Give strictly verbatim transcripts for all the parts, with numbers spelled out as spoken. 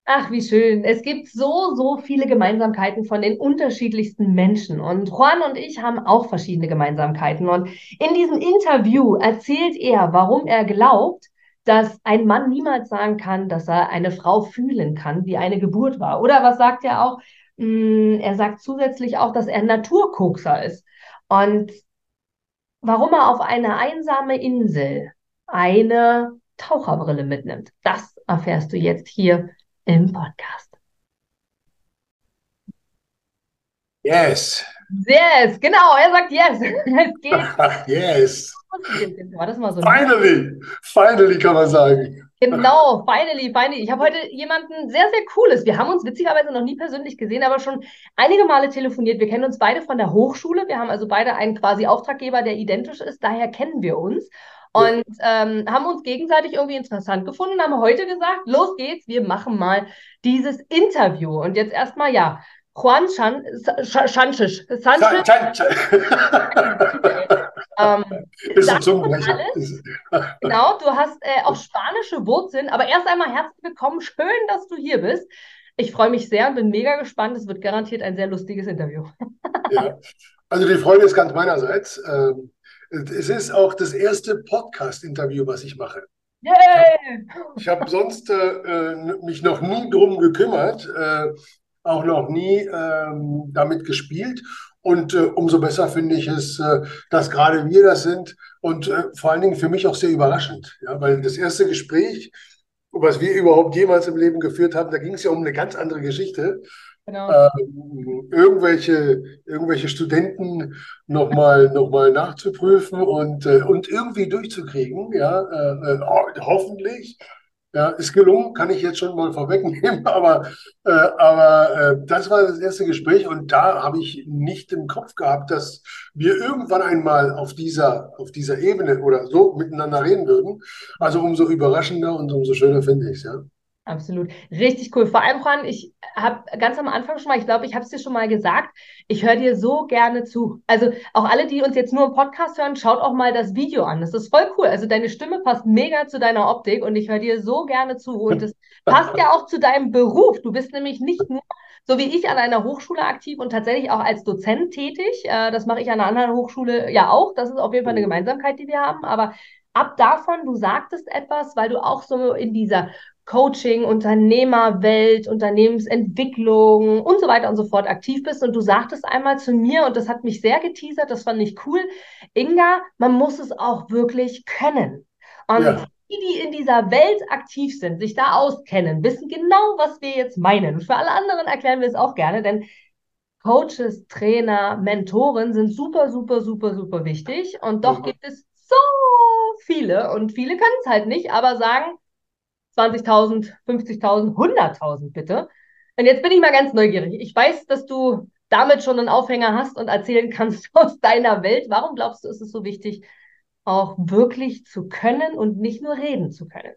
Ach, wie schön. Es gibt so, so viele Gemeinsamkeiten von den unterschiedlichsten Menschen. Und Juan und ich haben auch verschiedene Gemeinsamkeiten. Und in diesem Interview erzählt er, warum er glaubt, dass ein Mann niemals sagen kann, dass er eine Frau fühlen kann, wie eine Geburt war. Oder was sagt er auch? Mm, Er sagt zusätzlich auch, dass er ein Naturkokser ist. Und warum er auf eine einsame Insel eine Taucherbrille mitnimmt, das erfährst du jetzt hier im Podcast. Yes. Yes, genau, er sagt yes. Es geht Yes. los mit dem Thema. Das ist mal so ein Lied. Finally. Finally kann man sagen. Genau, finally, finally. Ich habe heute jemanden sehr, sehr Cooles. Wir haben uns witzigerweise noch nie persönlich gesehen, aber schon einige Male telefoniert. Wir kennen uns beide von der Hochschule. Wir haben also beide einen quasi Auftraggeber, der identisch ist. Daher kennen wir uns Ja. und ähm, haben uns gegenseitig irgendwie interessant gefunden und haben heute gesagt, los geht's, wir machen mal dieses Interview. Und jetzt erstmal, ja, Juan Chan, Sanchez, Sanchez, Chan, chan, chan. ähm, Ist sag ein uns Zungenbrecher. alles. Ist- Genau, du hast äh, auch spanische Wurzeln, aber erst einmal herzlich willkommen. Schön, dass du hier bist. Ich freue mich sehr und bin mega gespannt. Es wird garantiert ein sehr lustiges Interview. Ja. Also die Freude ist ganz meinerseits. Ähm, Es ist auch das erste Podcast-Interview, was ich mache. Ich habe Yay! ich hab sonst äh, äh, mich noch nie drum gekümmert, äh, auch noch nie ähm, damit gespielt. Und äh, umso besser finde ich es, äh, dass gerade wir das sind und äh, vor allen Dingen für mich auch sehr überraschend. Ja, weil das erste Gespräch, was wir überhaupt jemals im Leben geführt haben, da ging es ja um eine ganz andere Geschichte. Genau. Ähm, irgendwelche, irgendwelche Studenten nochmal noch mal nachzuprüfen und, äh, und irgendwie durchzukriegen. Ja, äh, äh, ho- hoffentlich. Ja, ist gelungen, kann ich jetzt schon mal vorwegnehmen, aber, äh, aber äh, das war das erste Gespräch und da habe ich nicht im Kopf gehabt, dass wir irgendwann einmal auf dieser, auf dieser Ebene oder so miteinander reden würden. Also umso überraschender und umso schöner finde ich es, ja. Absolut. Richtig cool. Vor allem, Juan, ich habe ganz am Anfang schon mal, ich glaube, ich habe es dir schon mal gesagt, ich höre dir so gerne zu. Also auch alle, die uns jetzt nur im Podcast hören, schaut auch mal das Video an. Das ist voll cool. Also deine Stimme passt mega zu deiner Optik und ich höre dir so gerne zu. Und das passt ja auch zu deinem Beruf. Du bist nämlich nicht nur, so wie ich, an einer Hochschule aktiv und tatsächlich auch als Dozent tätig. Äh, das mache ich an einer anderen Hochschule ja auch. Das ist auf jeden Fall eine Gemeinsamkeit, die wir haben. Aber ab davon, du sagtest etwas, weil du auch so in dieser Coaching, Unternehmerwelt, Unternehmensentwicklung und so weiter und so fort aktiv bist. Und du sagtest einmal zu mir, und das hat mich sehr geteasert, das fand ich cool, Inga, man muss es auch wirklich können. Und Ja, die, die in dieser Welt aktiv sind, sich da auskennen, wissen genau, was wir jetzt meinen. Und für alle anderen erklären wir es auch gerne, denn Coaches, Trainer, Mentoren sind super, super, super, super wichtig. Und doch mhm. gibt es so viele und viele können es halt nicht, aber sagen, zwanzigtausend, fünfzigtausend, hunderttausend bitte. Und jetzt bin ich mal ganz neugierig. Ich weiß, dass du damit schon einen Aufhänger hast und erzählen kannst aus deiner Welt. Warum glaubst du, ist es so wichtig, auch wirklich zu können und nicht nur reden zu können?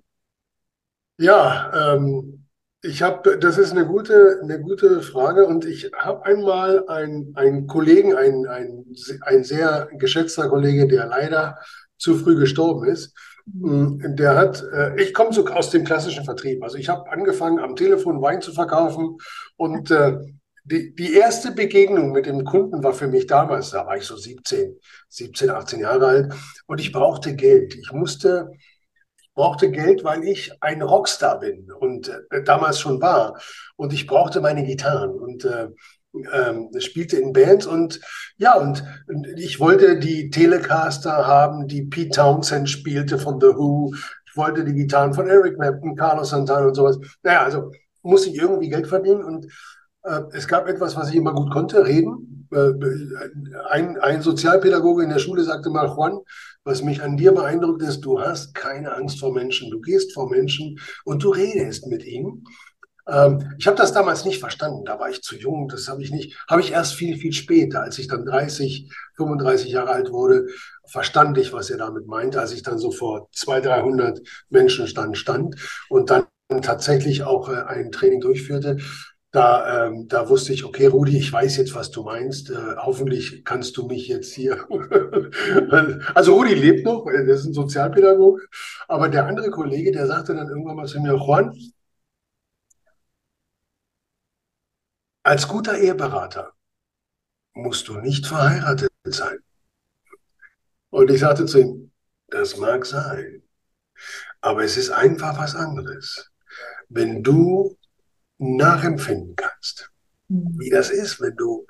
Ja, ähm, ich habe, das ist eine gute, eine gute Frage und ich habe einmal einen, einen Kollegen, einen, einen, ein sehr geschätzter Kollege, der leider zu früh gestorben ist. Mm, Der hat, äh, ich komme so aus dem klassischen Vertrieb. Also ich habe angefangen, am Telefon Wein zu verkaufen und äh, die, die erste Begegnung mit dem Kunden war für mich damals, da war ich so siebzehn, siebzehn, achtzehn Jahre alt und ich brauchte Geld. Ich musste brauchte Geld, weil ich ein Rockstar bin und äh, damals schon war. Und ich brauchte meine Gitarren und äh, ähm, spielte in Bands und ja, und ich wollte die Telecaster haben, die Pete Townsend spielte von The Who. Ich wollte die Gitarren von Eric Clapton, Carlos Santana und sowas. Naja, also musste ich irgendwie Geld verdienen und äh, es gab etwas, was ich immer gut konnte, reden. Äh, ein, ein Sozialpädagoge in der Schule sagte mal, Juan, was mich an dir beeindruckt ist, du hast keine Angst vor Menschen. Du gehst vor Menschen und du redest mit ihnen. Ähm, ich habe das damals nicht verstanden. Da war ich zu jung. Das habe ich nicht, habe ich erst viel, viel später, als ich dann dreißig, fünfunddreißig Jahre alt wurde, verstand ich, was er damit meinte, als ich dann so vor zweihundert, dreihundert Menschen stand, stand und dann tatsächlich auch äh, ein Training durchführte. Da, ähm, da wusste ich, okay, Rudi, ich weiß jetzt, was du meinst. Äh, hoffentlich kannst du mich jetzt hier. Also Rudi lebt noch, er ist ein Sozialpädagoge, aber der andere Kollege, der sagte dann irgendwann mal zu mir, Juan, als guter Eheberater musst du nicht verheiratet sein. Und ich sagte zu ihm, das mag sein, aber es ist einfach was anderes. Wenn du nachempfinden kannst, Mhm. wie das ist, wenn du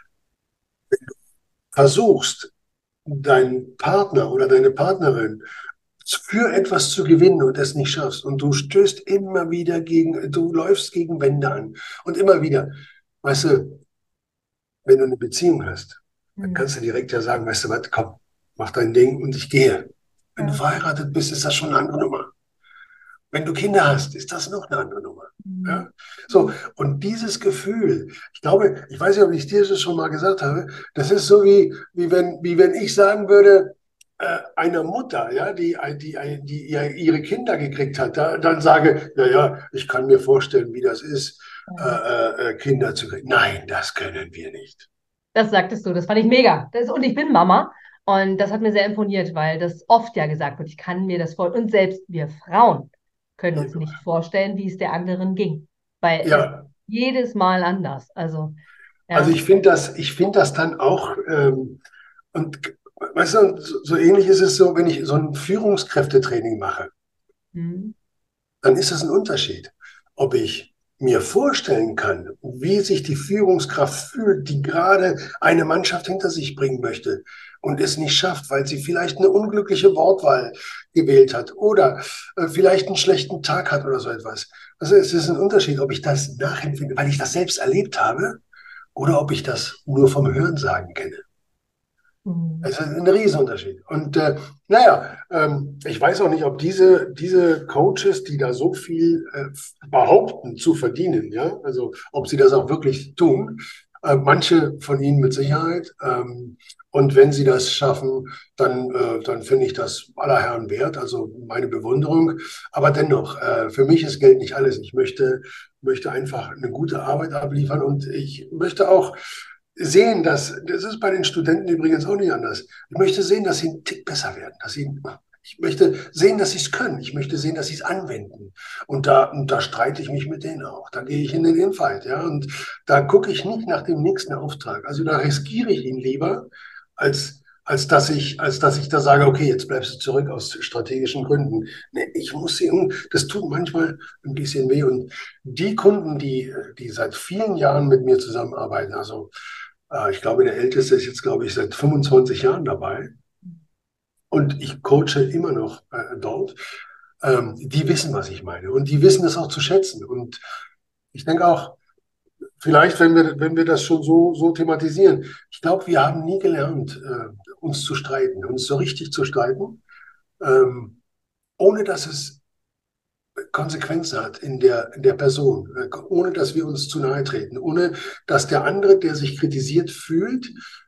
versuchst, deinen Partner oder deine Partnerin für etwas zu gewinnen und es nicht schaffst und du stößt immer wieder gegen, du läufst gegen Wände an und immer wieder. Weißt du, wenn du eine Beziehung hast, dann Mhm. kannst du direkt ja sagen, weißt du was, komm, mach dein Ding und ich gehe. Wenn du Ja. verheiratet bist, ist das schon eine andere Nummer. Wenn du Kinder hast, ist das noch eine andere Nummer. Mhm. Ja? So, und dieses Gefühl, ich glaube, ich weiß nicht, ob ich dir das schon mal gesagt habe, das ist so wie, wie, wenn, wie wenn ich sagen würde, äh, einer Mutter, ja, die, die, die ihre Kinder gekriegt hat, da, dann sage, ja, ja, ich kann mir vorstellen, wie das ist, äh, Ja. äh, Kinder zu kriegen. Nein, das können wir nicht. Das sagtest du, das fand ich mega. Das, und ich bin Mama und das hat mir sehr imponiert, weil das oft ja gesagt wird, ich kann mir das vor. Und selbst wir Frauen können uns nicht vorstellen, wie es der anderen ging, weil es Ja, jedes Mal anders. Also, also ja. ich finde das, ich finde das dann auch, ähm, und weißt du, so, so ähnlich ist es so, wenn ich so ein Führungskräftetraining mache, Mhm. dann ist das ein Unterschied. Ob ich mir vorstellen kann, wie sich die Führungskraft fühlt, die gerade eine Mannschaft hinter sich bringen möchte und es nicht schafft, weil sie vielleicht eine unglückliche Wortwahl gewählt hat oder äh, vielleicht einen schlechten Tag hat oder so etwas. Also es ist ein Unterschied, ob ich das nachempfinde, weil ich das selbst erlebt habe oder ob ich das nur vom Hörensagen kenne. Mhm. Es ist ein Riesenunterschied. Und äh, naja, ähm, ich weiß auch nicht, ob diese, diese Coaches, die da so viel äh, behaupten zu verdienen, ja, also ob sie das auch wirklich tun, äh, manche von ihnen mit Sicherheit. Ähm, und wenn sie das schaffen, dann, äh, dann finde ich das aller Herren wert, also meine Bewunderung. Aber dennoch, äh, für mich ist Geld nicht alles. Ich möchte, möchte einfach eine gute Arbeit abliefern und ich möchte auch sehen, dass, das ist bei den Studenten übrigens auch nicht anders. Ich möchte sehen, dass sie einen Tick besser werden, dass sie, ich möchte sehen, dass sie es können. Ich möchte sehen, dass sie es anwenden. Und da, und da streite ich mich mit denen auch. Da gehe ich in den Infight, ja. Und da gucke ich nicht nach dem nächsten Auftrag. Also da riskiere ich ihn lieber, als, als dass ich, als dass ich da sage, okay, jetzt bleibst du zurück aus strategischen Gründen. Nee, ich muss sie, das tut manchmal ein bisschen weh. Und die Kunden, die, die seit vielen Jahren mit mir zusammenarbeiten, also äh, ich glaube, der Älteste ist jetzt, glaube ich, seit fünfundzwanzig Jahren dabei und ich coache immer noch äh, dort. Ähm, die wissen, was ich meine und die wissen das auch zu schätzen. Und ich denke auch, vielleicht, wenn wir, wenn wir das schon so, so thematisieren, ich glaube, wir haben nie gelernt, äh, uns zu streiten, uns so richtig zu streiten, ähm, ohne dass es Konsequenzen hat in der, in der Person, äh, ohne dass wir uns zu nahe treten, ohne dass der andere, der sich kritisiert fühlt,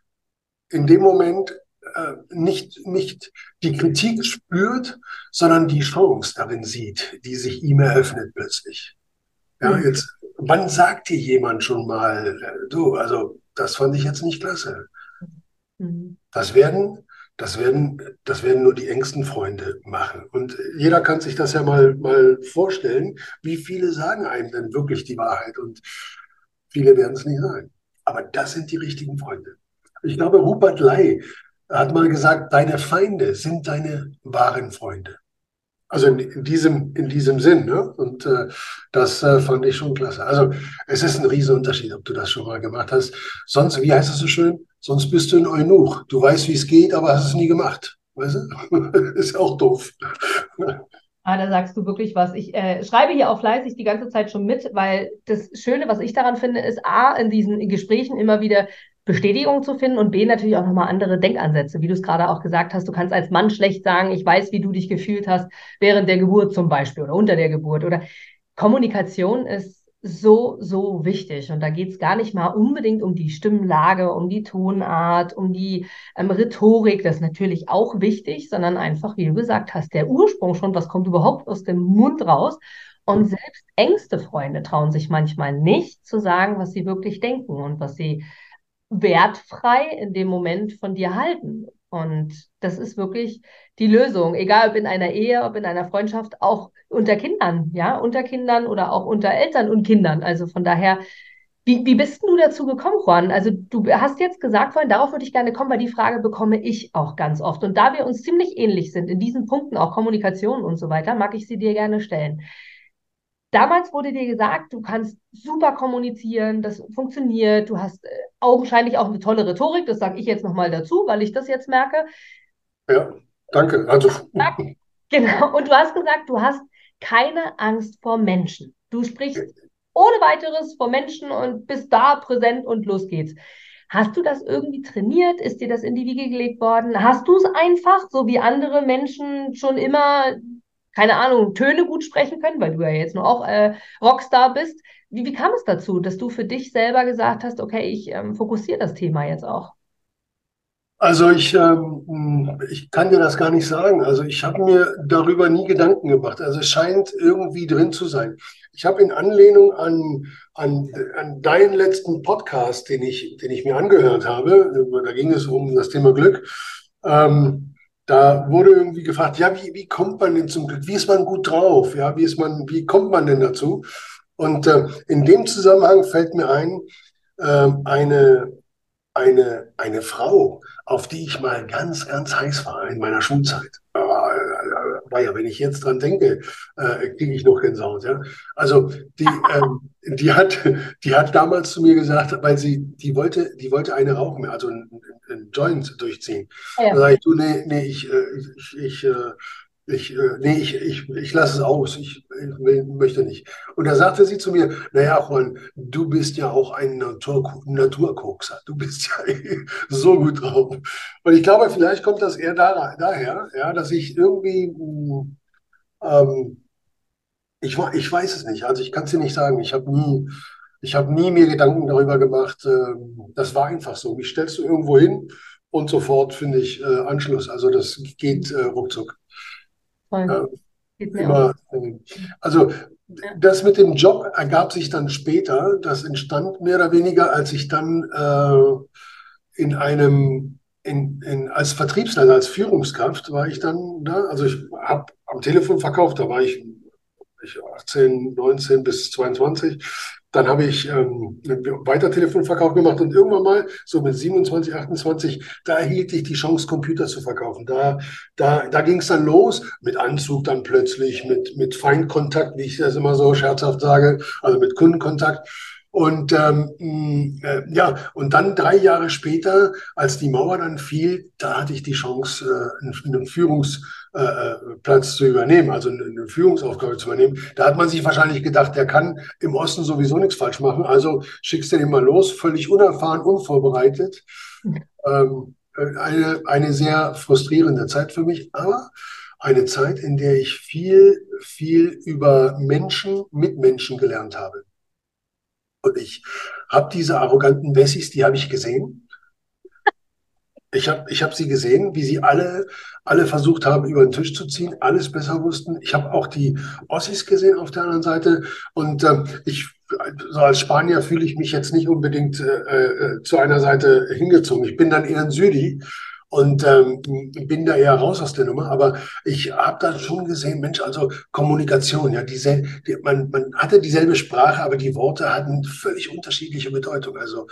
in dem Moment äh, nicht, nicht die Kritik spürt, sondern die Chance darin sieht, die sich ihm eröffnet plötzlich. Ja, Mhm. jetzt, wann sagt dir jemand schon mal, äh, du, also das fand ich jetzt nicht klasse. Mhm. Das werden, das werden, das werden nur die engsten Freunde machen. Und jeder kann sich das ja mal, mal vorstellen, wie viele sagen einem denn wirklich die Wahrheit und viele werden es nicht sein. Aber das sind die richtigen Freunde. Ich glaube, Rupert Lai hat mal gesagt, deine Feinde sind deine wahren Freunde. Also in, in diesem, in diesem Sinn, ne? Und äh, das äh, fand ich schon klasse. Also es ist ein Riesenunterschied, ob du das schon mal gemacht hast. Sonst, wie heißt es so schön? Sonst bist du ein Eunuch. Du weißt, wie es geht, aber hast es nie gemacht. Weißt du? Ist auch doof. Ah, da sagst du wirklich was. Ich äh, schreibe hier auch fleißig die ganze Zeit schon mit, weil das Schöne, was ich daran finde, ist A, in diesen Gesprächen immer wieder Bestätigung zu finden und B, natürlich auch nochmal andere Denkansätze. Wie du es gerade auch gesagt hast, du kannst als Mann schlecht sagen, ich weiß, wie du dich gefühlt hast während der Geburt zum Beispiel oder unter der Geburt. Oder Kommunikation ist so, so wichtig. Und da geht es gar nicht mal unbedingt um die Stimmlage, um die Tonart, um die ähm, Rhetorik, das ist natürlich auch wichtig, sondern einfach, wie du gesagt hast, der Ursprung schon, was kommt überhaupt aus dem Mund raus. Und selbst engste Freunde trauen sich manchmal nicht zu sagen, was sie wirklich denken und was sie wertfrei in dem Moment von dir halten. Und das ist wirklich die Lösung, egal ob in einer Ehe, ob in einer Freundschaft, auch unter Kindern, ja, unter Kindern oder auch unter Eltern und Kindern. Also von daher Wie, wie bist denn du dazu gekommen, Juan? Also du hast jetzt gesagt vorhin, darauf würde ich gerne kommen, weil die Frage bekomme ich auch ganz oft. Und da wir uns ziemlich ähnlich sind in diesen Punkten, auch Kommunikation und so weiter, mag ich sie dir gerne stellen. Damals wurde dir gesagt, du kannst super kommunizieren, das funktioniert, du hast äh, augenscheinlich auch eine tolle Rhetorik, das sage ich jetzt nochmal dazu, weil ich das jetzt merke. Ja, danke. Also, Genau, und du hast gesagt, du hast keine Angst vor Menschen. Du sprichst ohne weiteres vor Menschen und bist da präsent und los geht's. Hast du das irgendwie trainiert? Ist dir das in die Wiege gelegt worden? Hast du es einfach, so wie andere Menschen schon immer, keine Ahnung, Töne gut sprechen können, weil du ja jetzt nur auch äh, Rockstar bist? Wie, wie kam es dazu, dass du für dich selber gesagt hast, okay, ich ähm, fokussiere das Thema jetzt auch? also ich, ähm, ich kann dir das gar nicht sagen. Also ich habe mir darüber nie Gedanken gemacht. Also es scheint irgendwie drin zu sein. Ich habe in Anlehnung an, an, an deinen letzten Podcast, den ich, den ich mir angehört habe, da ging es um das Thema Glück, ähm, da wurde irgendwie gefragt, ja, wie, wie kommt man denn zum Glück? Wie ist man gut drauf? Ja, wie ist man, wie kommt man denn dazu? Und äh, in dem Zusammenhang fällt mir ein, ähm, eine eine, eine Frau, auf die ich mal ganz, ganz heiß war in meiner Schulzeit. Aber, äh, ja, wenn ich jetzt dran denke, äh, kriege ich noch Gänsehaut. Ja? Also die, ähm, die hat, die hat damals zu mir gesagt, weil sie, die wollte, die wollte eine rauchen, also einen, einen Joint durchziehen. Ah Da ja. sage ich, du, nee, nee, ich, äh, ich, ich, äh, ich, äh, nee, ich, ich, ich lasse es aus. Ich, ich will, möchte nicht. Und da sagte sie zu mir, naja, Juan, du bist ja auch ein Natur, Naturkokser. Du bist ja so gut drauf. Und ich glaube, vielleicht kommt das eher da, daher, ja, dass ich irgendwie, mh, ähm, ich, wa- ich weiß es nicht. Also ich kann es dir nicht sagen. Ich habe nie, ich habe nie mir Gedanken darüber gemacht. Ähm, das war einfach so. Mich stellst du irgendwo hin und sofort finde ich äh, Anschluss. Also das geht äh, ruckzuck. Voll. Ja. Geht mir auch. Immer, äh, also Ja. das mit dem Job ergab sich dann später. Das entstand mehr oder weniger, als ich dann äh, in einem, in, in, als Vertriebsleiter, als Führungskraft war ich dann da. Also ich habe am Telefon verkauft, da war ich ich achtzehn, neunzehn bis zweiundzwanzig. Dann habe ich ähm, weiter Telefonverkauf gemacht und irgendwann mal, so mit siebenundzwanzig, achtundzwanzig, da erhielt ich die Chance, Computer zu verkaufen. Da, da, da ging es dann los, mit Anzug dann plötzlich, mit, mit Feindkontakt, wie ich das immer so scherzhaft sage, also mit Kundenkontakt. Und ähm, äh, ja, und dann drei Jahre später, als die Mauer dann fiel, da hatte ich die Chance, äh, einen, einen Führungs äh, äh, Platz zu übernehmen, also eine, eine Führungsaufgabe zu übernehmen. Da hat man sich wahrscheinlich gedacht, der kann im Osten sowieso nichts falsch machen, also schickst du den mal los, völlig unerfahren, unvorbereitet. Ähm, äh, eine, eine sehr frustrierende Zeit für mich, aber eine Zeit, in der ich viel, viel über Menschen, Mitmenschen gelernt habe. Und ich habe diese arroganten Wessis, die habe ich gesehen. Ich habe ich hab sie gesehen, wie sie alle, alle versucht haben, über den Tisch zu ziehen, alles besser wussten. Ich habe auch die Ossis gesehen auf der anderen Seite. Und ähm, ich, so als Spanier fühle ich mich jetzt nicht unbedingt äh, äh, zu einer Seite hingezogen. Ich bin dann eher ein Südi und ähm, bin da eher raus aus der Nummer. Aber ich habe dann schon gesehen, Mensch, also Kommunikation, ja, diese, die, man, man hatte dieselbe Sprache, aber die Worte hatten völlig unterschiedliche Bedeutung. Also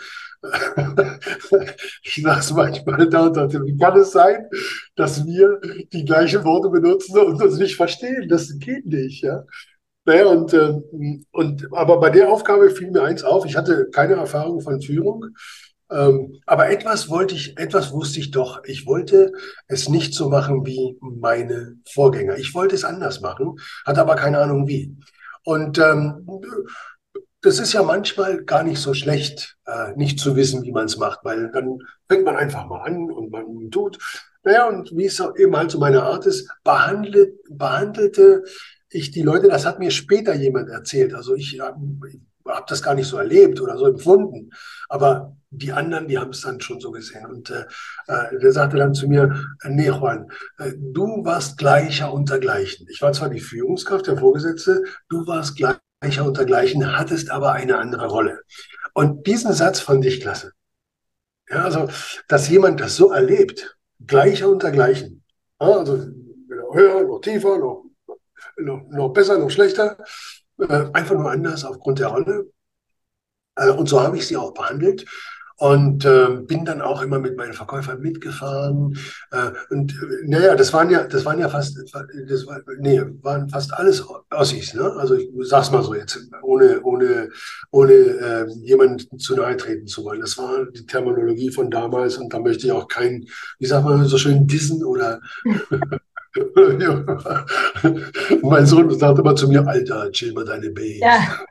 ich saß manchmal da und dachte, wie kann es sein, dass wir die gleichen Worte benutzen und uns nicht verstehen? Das geht nicht, ja. Naja, und, ähm, und aber bei der Aufgabe fiel mir eins auf, ich hatte keine Erfahrung von Führung, ähm, aber etwas wollte ich, etwas wusste ich doch. Ich wollte es nicht so machen wie meine Vorgänger. Ich wollte es anders machen, hatte aber keine Ahnung wie. Und ähm, das ist ja manchmal gar nicht so schlecht, äh, nicht zu wissen, wie man es macht, weil dann fängt man einfach mal an und man tut. Naja, und wie es auch eben halt so meine Art ist, behandelt, behandelte ich die Leute, das hat mir später jemand erzählt. Also ich habe hab das gar nicht so erlebt oder so empfunden. Aber die anderen, die haben es dann schon so gesehen. Und äh, äh, der sagte dann zu mir, nee, Juan, äh, du warst Gleicher unter Gleichen. Ich war zwar die Führungskraft, der Vorgesetzte, du warst Gleicher unter Gleichen, hattest aber eine andere Rolle. Und diesen Satz fand ich klasse. Ja, also, dass jemand das so erlebt, Gleicher unter Gleichen. Ja, also weder höher, noch tiefer, noch, noch, noch besser, noch schlechter, äh, einfach nur anders aufgrund der Rolle. Äh, und so habe ich sie auch behandelt. Und äh, bin dann auch immer mit meinen Verkäufern mitgefahren. Äh, und äh, naja, das waren ja, das waren ja fast, das war, nee, waren fast alles Ossis, ne? Also ich sag's mal so jetzt, ohne, ohne, ohne äh, jemanden zu nahe treten zu wollen. Das war die Terminologie von damals und da möchte ich auch keinen, wie sagt man so schön, dissen oder mein Sohn sagt immer zu mir, Alter, chill mal deine Base. Ja.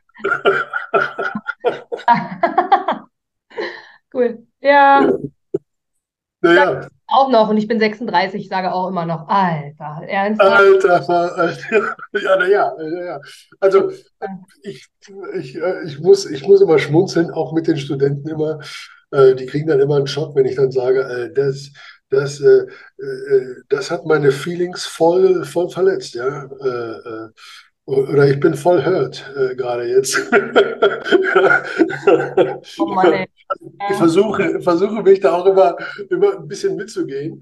Cool. Ja, ich sage Naja, auch noch, und ich bin sechsunddreißig, ich sage auch immer noch, Alter, ernsthaft? Alter, Alter. Ja, naja, ja, ja. Also ich, ich, äh, ich muss, ich muss immer schmunzeln, auch mit den Studenten immer. Äh, Die kriegen dann immer einen Schock, wenn ich dann sage, äh, das, das, äh, äh, das hat meine Feelings voll, voll verletzt, ja. Äh, äh, Oder ich bin voll hurt, äh, gerade jetzt. Oh Mann, ey. Ich Ja. versuche, versuche mich da auch immer, immer ein bisschen mitzugehen.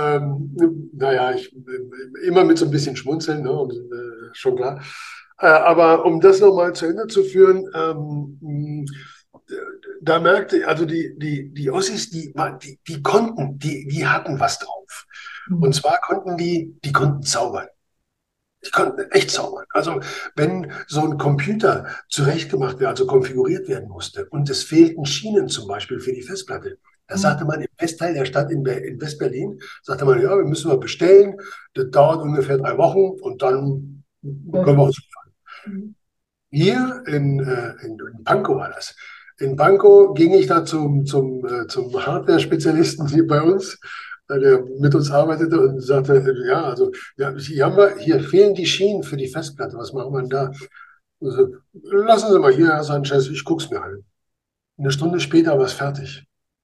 Ähm, naja, ich, immer mit so ein bisschen Schmunzeln, ne, und, äh, schon klar. Äh, aber um das nochmal zu Ende zu führen, ähm, da merkte ich, also die, die, die Ossis, die, die, die konnten, die, die hatten was drauf. Und Hm. zwar konnten die, die konnten zaubern. Die konnten echt zaubern. Also wenn so ein Computer zurechtgemacht werden, also konfiguriert werden musste und es fehlten Schienen zum Beispiel für die Festplatte, da Hm. sagte man im Westteil der Stadt in, in Westberlin, sagte man, ja, wir müssen mal bestellen, das dauert ungefähr drei Wochen und dann können wir uns. Hm. Hier in, äh, in, in Pankow war das. In Pankow ging ich da zum, zum, äh, zum Hardware-Spezialisten hier bei uns, äh, der mit uns arbeitete und sagte, äh, ja, also ja, hier, haben wir, hier fehlen die Schienen für die Festplatte. Was machen wir denn da? Also, lassen Sie mal hier, Herr Sanchez, ich gucke es mir an. Eine Stunde später war es fertig.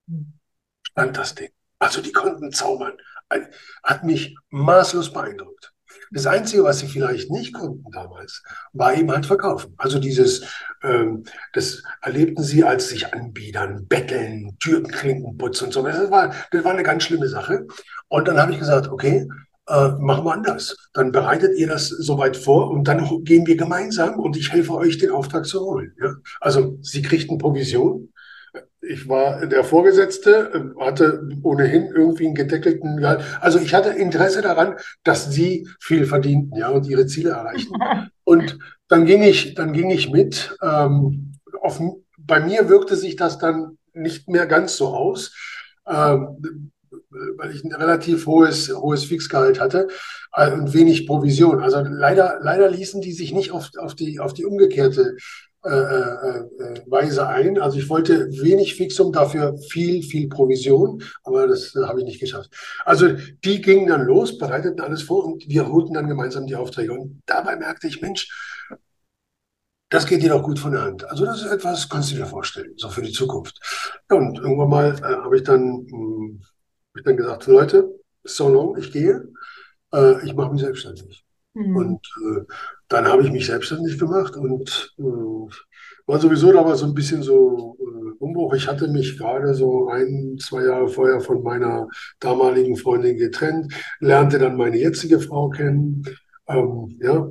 Stand das Ding. Also die konnten zaubern. Hat mich maßlos beeindruckt. Das Einzige, was sie vielleicht nicht konnten damals, war eben halt verkaufen. Also dieses, ähm, das erlebten sie als sich anbiedern, betteln, Türklinkenputz und so. Das war, das war eine ganz schlimme Sache. Und dann habe ich gesagt, okay, äh, machen wir anders. Dann bereitet ihr das soweit vor und dann gehen wir gemeinsam und ich helfe euch, den Auftrag zu holen. Ja? Also sie kriegten Provision. Ich war der Vorgesetzte, hatte ohnehin irgendwie einen gedeckelten Gehalt. Also ich hatte Interesse daran, dass sie viel verdienten, ja, und ihre Ziele erreichten. Und dann ging ich, dann ging ich mit. Ähm, auf, bei mir wirkte sich das dann nicht mehr ganz so aus, ähm, weil ich ein relativ hohes, hohes Fixgehalt hatte äh, und wenig Provision. Also leider, leider ließen die sich nicht auf, auf die, auf die umgekehrte äh, äh, äh, Weise ein. Also ich wollte wenig Fixum, dafür viel, viel Provision, aber das äh, habe ich nicht geschafft. Also die gingen dann los, bereiteten alles vor und wir holten dann gemeinsam die Aufträge. Und dabei merkte ich, Mensch, das geht dir doch gut von der Hand. Also das ist etwas, kannst du dir vorstellen, so für die Zukunft. Ja, und irgendwann mal äh, habe ich dann, mh, hab ich dann gesagt, Leute, so long, ich gehe, äh, ich mache mich selbstständig. Hm. Und äh, dann habe ich mich selbstständig gemacht und äh, war sowieso damals so ein bisschen so äh, Umbruch. Ich hatte mich gerade so ein, zwei Jahre vorher von meiner damaligen Freundin getrennt, lernte dann meine jetzige Frau kennen. Ähm, ja,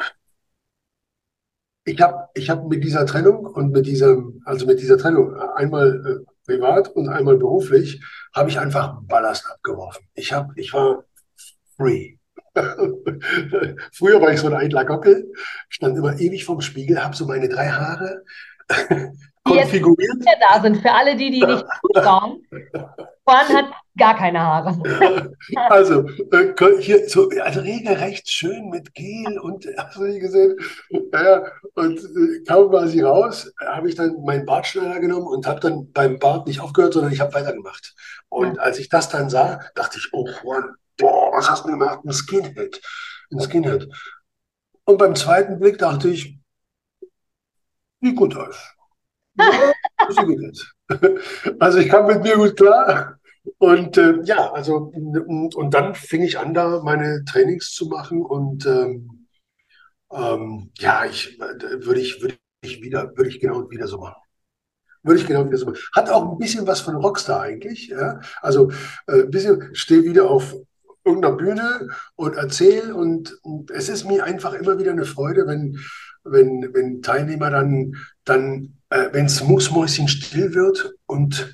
ich habe ich hab mit dieser Trennung und mit diesem, also mit dieser Trennung einmal äh, privat und einmal beruflich, habe ich einfach Ballast abgeworfen. Ich hab, ich war free. Früher war ich so ein eitler Gockel, stand immer ewig vorm Spiegel, habe so meine drei Haare Die jetzt konfiguriert. wieder da sind, für alle die, die nicht zuschauen. Juan hat gar keine Haare. Also, äh, hier so, also regelrecht schön mit Gel und hast du nicht gesehen? Ja, ja. Und äh, kaum war sie raus, habe ich dann meinen Bartschneider genommen und habe dann beim Bart nicht aufgehört, sondern ich habe weitergemacht. Und als ich das dann sah, dachte ich, oh Juan, boah, was hast du gemacht? Ein Skinhead. Ein Skinhead. Und beim zweiten Blick dachte ich, sieht gut aus. Ja, sieht gut aus. Also ich kam mit mir gut klar. Und äh, ja, also und, und dann fing ich an, da meine Trainings zu machen. Und ähm, ähm, ja, ich äh, würde ich, würde ich wieder, würde ich genau wieder so machen. Würde ich genau wieder so machen. Hat auch ein bisschen was von Rockstar eigentlich. Ja? Also äh, ein bisschen, stehe wieder auf irgendeiner Bühne und erzähle. Und, und es ist mir einfach immer wieder eine Freude, wenn wenn, wenn Teilnehmer dann, dann äh, wenn es mucksmäuschenstill wird und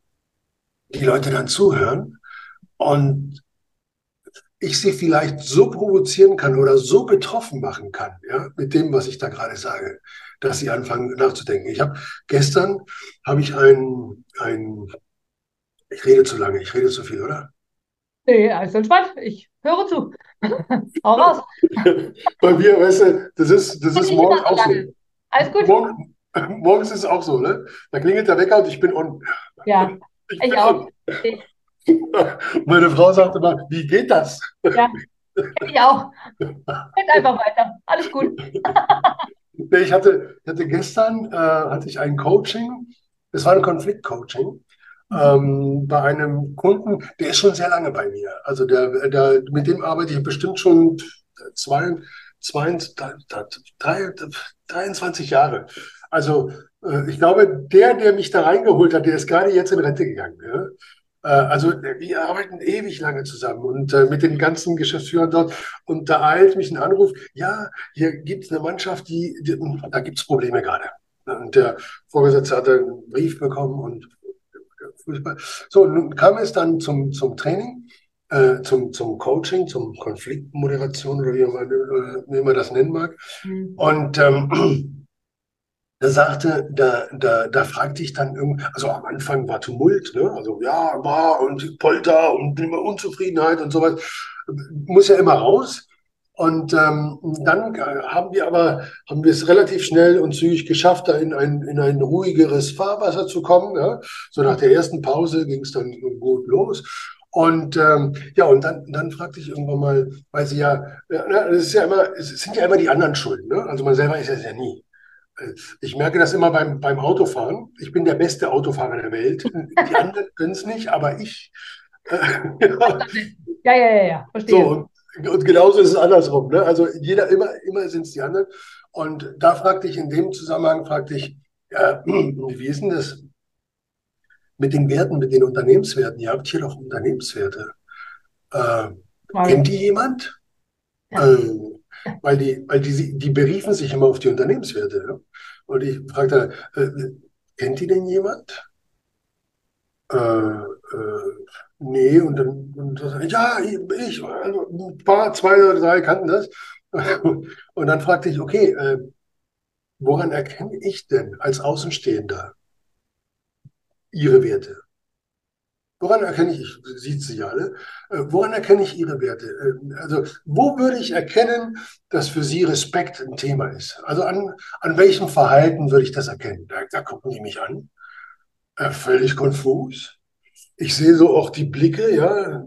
die Leute dann zuhören und ich sie vielleicht so provozieren kann oder so betroffen machen kann, ja, mit dem, was ich da gerade sage, dass sie anfangen nachzudenken. Ich habe gestern habe ich ein, ein, ich rede zu lange, ich rede zu viel, oder? Nee, alles entspannt. Ich höre zu. Hau raus. Bei mir, weißt du, das ist, das Und ist nicht immer morgens so auch so. lange. Alles gut? Morgen, morgens ist es auch so, ne? Da klingelt der Wecker und ich bin on. Ja, Ich ich bin auch. on. Ich, Meine Frau sagte mal, wie geht das? ja, ich auch. Geht einfach weiter. Alles gut. Nee, Ich hatte, ich hatte gestern äh, hatte ich ein Coaching, das war ein Konfliktcoaching, ähm, bei einem Kunden, der ist schon sehr lange bei mir. Also der, der, mit dem arbeite ich bestimmt schon zwei, zwei, drei, dreiundzwanzig Jahre. Also äh, ich glaube, der, der mich da reingeholt hat, der ist gerade jetzt in Rente gegangen. Ja? Äh, Also wir arbeiten ewig lange zusammen und äh, mit den ganzen Geschäftsführern dort. Und da eilt mich ein Anruf, ja, hier gibt es eine Mannschaft, die, die da gibt es Probleme gerade. Und der Vorgesetzte hat einen Brief bekommen und Fußball. So, nun kam es dann zum, zum Training, äh, zum, zum Coaching, zum Konfliktmoderation oder wie man, äh, wie man das nennen mag. Mhm. Und ähm, da sagte, da, da, da fragte ich dann irgendwie, also am Anfang war Tumult, ne? Also ja, war und Polter und immer Unzufriedenheit und sowas. Muss ja immer raus. Und ähm, dann haben wir aber, haben wir es relativ schnell und zügig geschafft, da in ein, in ein ruhigeres Fahrwasser zu kommen. Ja? So nach der ersten Pause ging es dann gut los. Und ähm, ja, und dann, dann fragte ich irgendwann mal, weil sie ja, ja, das ist ja immer, es sind ja immer die anderen schuld, ne? Also man selber ist es ja nie. Ich merke das immer beim, beim Autofahren. Ich bin der beste Autofahrer der Welt. Die anderen können es nicht, aber ich. Äh, ja, Ja, ja, ja, ja, verstehe. so, und, und genauso ist es andersrum. Ne? Also jeder, immer, immer sind es die anderen. Und da fragte ich in dem Zusammenhang, fragte ich, ja, wie ist denn das mit den Werten, mit den Unternehmenswerten? Ihr habt hier doch Unternehmenswerte. Äh, Mal. Kennt die jemand? Ja. Äh, weil die, weil die, die beriefen sich immer auf die Unternehmenswerte. Ja? Und ich fragte, äh, kennt die denn jemand? Äh, äh, nee, und dann, und das, ja, ich, also ein paar, zwei oder drei kannten das. Und dann fragte ich, okay, äh, woran erkenne ich denn als Außenstehender Ihre Werte? Woran erkenne ich, ich sieht sie ja alle, äh, woran erkenne ich Ihre Werte? Äh, also, wo würde ich erkennen, dass für Sie Respekt ein Thema ist? Also, an, an welchem Verhalten würde ich das erkennen? Da, da gucken die mich an, äh, völlig konfus. Ich sehe so auch die Blicke, ja,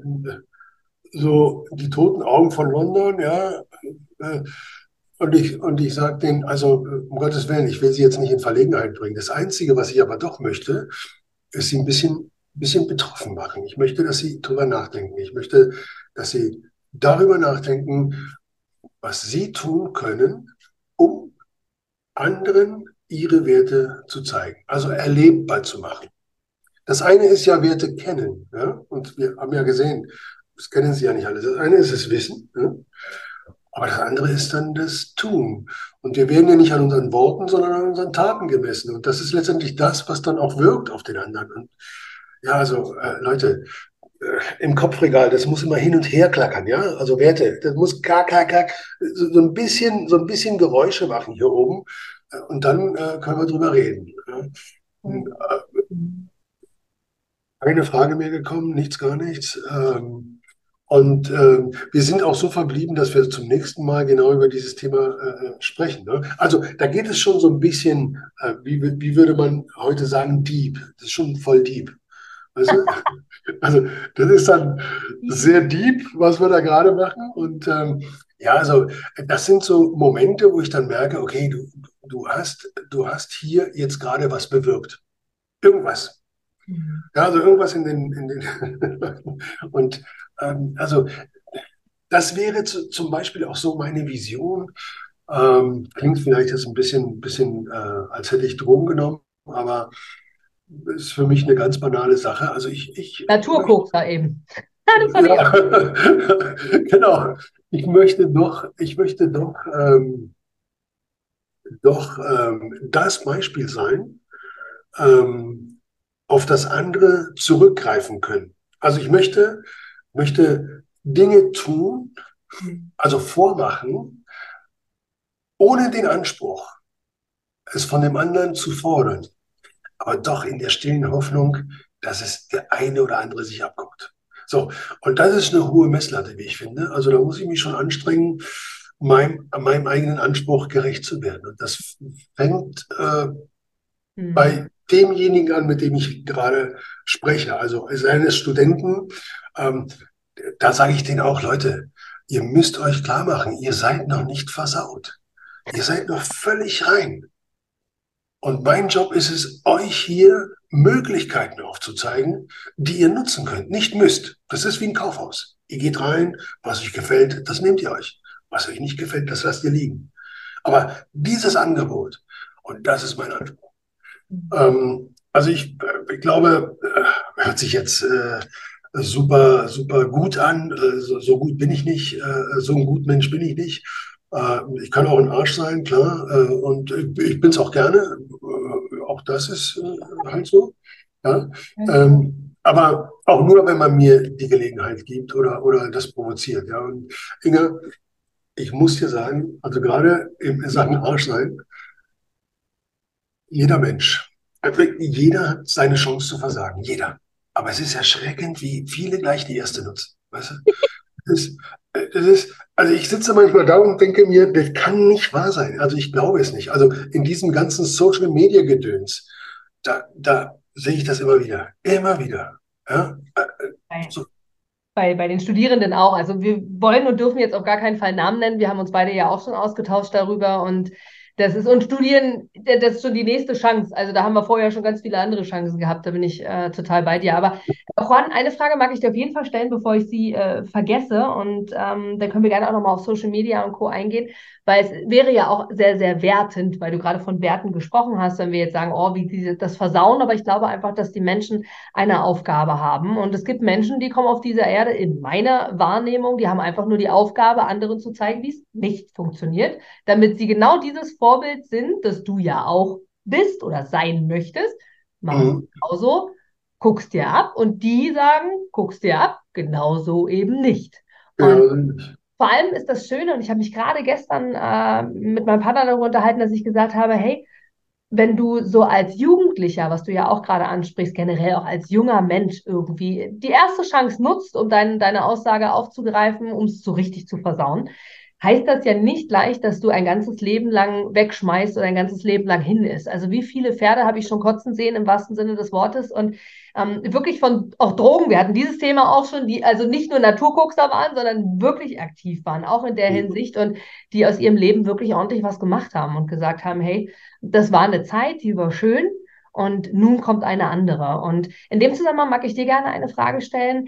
so die toten Augen von London, ja. Äh, und ich, und ich sage denen, also äh, um Gottes Willen, ich will Sie jetzt nicht in Verlegenheit bringen. Das Einzige, was ich aber doch möchte, ist Sie ein bisschen, bisschen betroffen machen. Ich möchte, dass Sie darüber nachdenken. Ich möchte, dass Sie darüber nachdenken, was Sie tun können, um anderen Ihre Werte zu zeigen, also erlebbar zu machen. Das eine ist ja Werte kennen, ja? Und wir haben ja gesehen, das kennen Sie ja nicht alle. Das eine ist das Wissen, ja? Aber das andere ist dann das Tun. Und wir werden ja nicht an unseren Worten, sondern an unseren Taten gemessen. Und das ist letztendlich das, was dann auch wirkt auf den anderen. Und ja, also äh, Leute, äh, im Kopfregal, das muss immer hin und her klackern, ja? Also Werte, das muss gar, gar, gar, so, so ein bisschen, so ein bisschen Geräusche machen hier oben. Äh, Und dann äh, können wir drüber reden. Ja? Äh, Keine Frage mehr gekommen, nichts, gar nichts. Ähm, und ähm, wir sind auch so verblieben, dass wir zum nächsten Mal genau über dieses Thema äh, sprechen. Ne? Also da geht es schon so ein bisschen, äh, wie, wie würde man heute sagen, deep. Das ist schon voll deep. Weißt du? Also das ist dann sehr deep, was wir da gerade machen. Und ähm, ja, also das sind so Momente, wo ich dann merke, okay, du, du hast, du hast hier jetzt gerade was bewirkt. Irgendwas. Mhm. Ja, also irgendwas in den, in den und ähm, also das wäre zu, zum Beispiel auch so meine Vision. Ähm, klingt vielleicht jetzt ein bisschen, bisschen äh, als hätte ich Drogen genommen, aber ist für mich eine ganz banale Sache. Also ich, ich möchte, Naturkokser eben. Das fand ich auch. ja, genau, ich möchte doch, ich möchte doch ähm, doch ähm, das Beispiel sein, ähm, auf das andere zurückgreifen können. Also ich möchte, möchte Dinge tun, Mhm. also vormachen, ohne den Anspruch, es von dem anderen zu fordern, aber doch in der stillen Hoffnung, dass es der eine oder andere sich abguckt. So, und das ist eine hohe Messlatte, wie ich finde. Also da muss ich mich schon anstrengen, meinem, meinem eigenen Anspruch gerecht zu werden. Und das fängt äh, Mhm. bei demjenigen an, mit dem ich gerade spreche. Also seines Studenten, ähm, da sage ich denen auch, Leute, ihr müsst euch klar machen, ihr seid noch nicht versaut. Ihr seid noch völlig rein. Und mein Job ist es, euch hier Möglichkeiten aufzuzeigen, die ihr nutzen könnt, nicht müsst. Das ist wie ein Kaufhaus. Ihr geht rein, was euch gefällt, das nehmt ihr euch. Was euch nicht gefällt, das lasst ihr liegen. Aber dieses Angebot, und das ist mein Anspruch. Ähm, also ich, äh, ich glaube, äh, hört sich jetzt äh, super, super gut an. Äh, so, so gut bin ich nicht, äh, so ein gut Mensch bin ich nicht. Äh, ich kann auch ein Arsch sein, klar. Äh, und ich, ich bin es auch gerne. Äh, auch das ist äh, halt so. Ja? Ähm, aber auch nur, wenn man mir die Gelegenheit gibt oder, oder das provoziert. Ja? Und Inge, ich muss dir sagen, also gerade in Sachen Arsch sein, jeder Mensch, also jeder hat seine Chance zu versagen, jeder. Aber es ist erschreckend, wie viele gleich die erste nutzen. Weißt du? Das ist, das ist, also ich sitze manchmal da und denke mir, das kann nicht wahr sein. Also ich glaube es nicht. Also in diesem ganzen Social Media Gedöns, da, da sehe ich das immer wieder. Immer wieder. Ja? Äh, Bei, So, bei, bei den Studierenden auch. Also wir wollen und dürfen jetzt auf gar keinen Fall Namen nennen. Wir haben uns beide ja auch schon ausgetauscht darüber und das ist, und Studieren, das ist schon die nächste Chance. Also da haben wir vorher schon ganz viele andere Chancen gehabt. Da bin ich äh, total bei dir. Aber Juan, eine Frage mag ich dir auf jeden Fall stellen, bevor ich sie äh, vergesse. Und ähm, dann können wir gerne auch nochmal auf Social Media und Co. eingehen, weil es wäre ja auch sehr, sehr wertend, weil du gerade von Werten gesprochen hast, wenn wir jetzt sagen, oh, wie diese, das Versauen. Aber ich glaube einfach, dass die Menschen eine Aufgabe haben. Und es gibt Menschen, die kommen auf dieser Erde, in meiner Wahrnehmung, die haben einfach nur die Aufgabe, anderen zu zeigen, wie es nicht funktioniert, damit sie genau dieses Vorbild sind, das du ja auch bist oder sein möchtest. Machst mhm. genauso, guckst dir ab und die sagen, guckst dir ab, genauso eben nicht. Ja, Und also vor allem ist das Schöne, und ich habe mich gerade gestern äh, mit meinem Partner darüber unterhalten, dass ich gesagt habe, hey, wenn du so als Jugendlicher, was du ja auch gerade ansprichst, generell auch als junger Mensch irgendwie die erste Chance nutzt, um dein, deine Aussage aufzugreifen, um es so richtig zu versauen, heißt das ja nicht gleich, dass du ein ganzes Leben lang wegschmeißt oder ein ganzes Leben lang hin ist. Also wie viele Pferde habe ich schon kotzen sehen im wahrsten Sinne des Wortes und ähm, wirklich von auch Drogen. Wir hatten dieses Thema auch schon, die also nicht nur Naturkokser waren, sondern wirklich aktiv waren, auch in der Hinsicht und die aus ihrem Leben wirklich ordentlich was gemacht haben und gesagt haben, hey, das war eine Zeit, die war schön und nun kommt eine andere. Und in dem Zusammenhang mag ich dir gerne eine Frage stellen.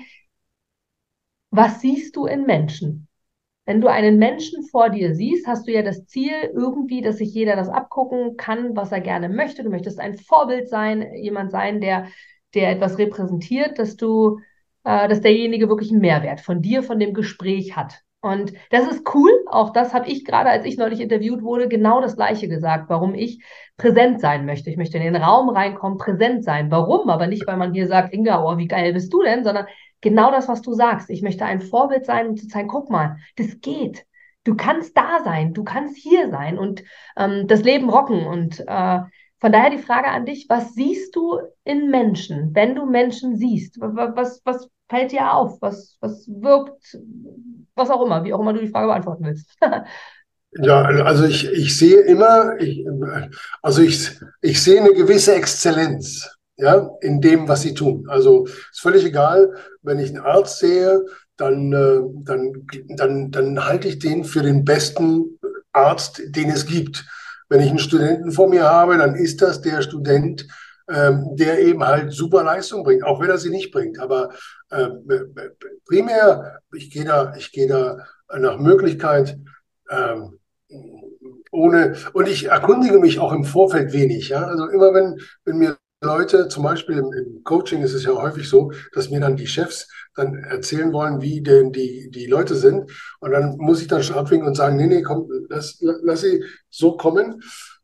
Was siehst du in Menschen? Wenn du einen Menschen vor dir siehst, hast du ja das Ziel irgendwie, dass sich jeder das abgucken kann, was er gerne möchte. Du möchtest ein Vorbild sein, jemand sein, der, der etwas repräsentiert, dass du, äh, dass derjenige wirklich einen Mehrwert von dir, von dem Gespräch hat. Und das ist cool. Auch das habe ich gerade, als ich neulich interviewt wurde, genau das Gleiche gesagt, warum ich präsent sein möchte. Ich möchte in den Raum reinkommen, präsent sein. Warum? Aber nicht, weil man hier sagt, Inga, oh, wie geil bist du denn, sondern genau das, was du sagst. Ich möchte ein Vorbild sein, um zu zeigen, guck mal, das geht. Du kannst da sein, du kannst hier sein und ähm, das Leben rocken. Und äh, von daher die Frage an dich, was siehst du in Menschen, wenn du Menschen siehst? Was, was fällt dir auf? Was, was wirkt, was auch immer, wie auch immer du die Frage beantworten willst. Ja, also ich, ich sehe immer, ich, also ich, ich sehe eine gewisse Exzellenz, ja, in dem, was sie tun. Also ist völlig egal, wenn ich einen Arzt sehe, dann, äh, dann, dann, dann halte ich den für den besten Arzt, den es gibt. Wenn ich einen Studenten vor mir habe, dann ist das der Student, ähm, der eben halt super Leistung bringt, auch wenn er sie nicht bringt. Aber äh, primär, ich gehe da, ich gehe da nach Möglichkeit. Ähm, ohne, und ich erkundige mich auch im Vorfeld wenig. Ja? Also immer wenn, wenn mir Leute, zum Beispiel im, im Coaching ist es ja häufig so, dass mir dann die Chefs dann erzählen wollen, wie denn die, die Leute sind. Und dann muss ich dann schon abwinken und sagen, nee, nee, komm, lass, lass sie so kommen.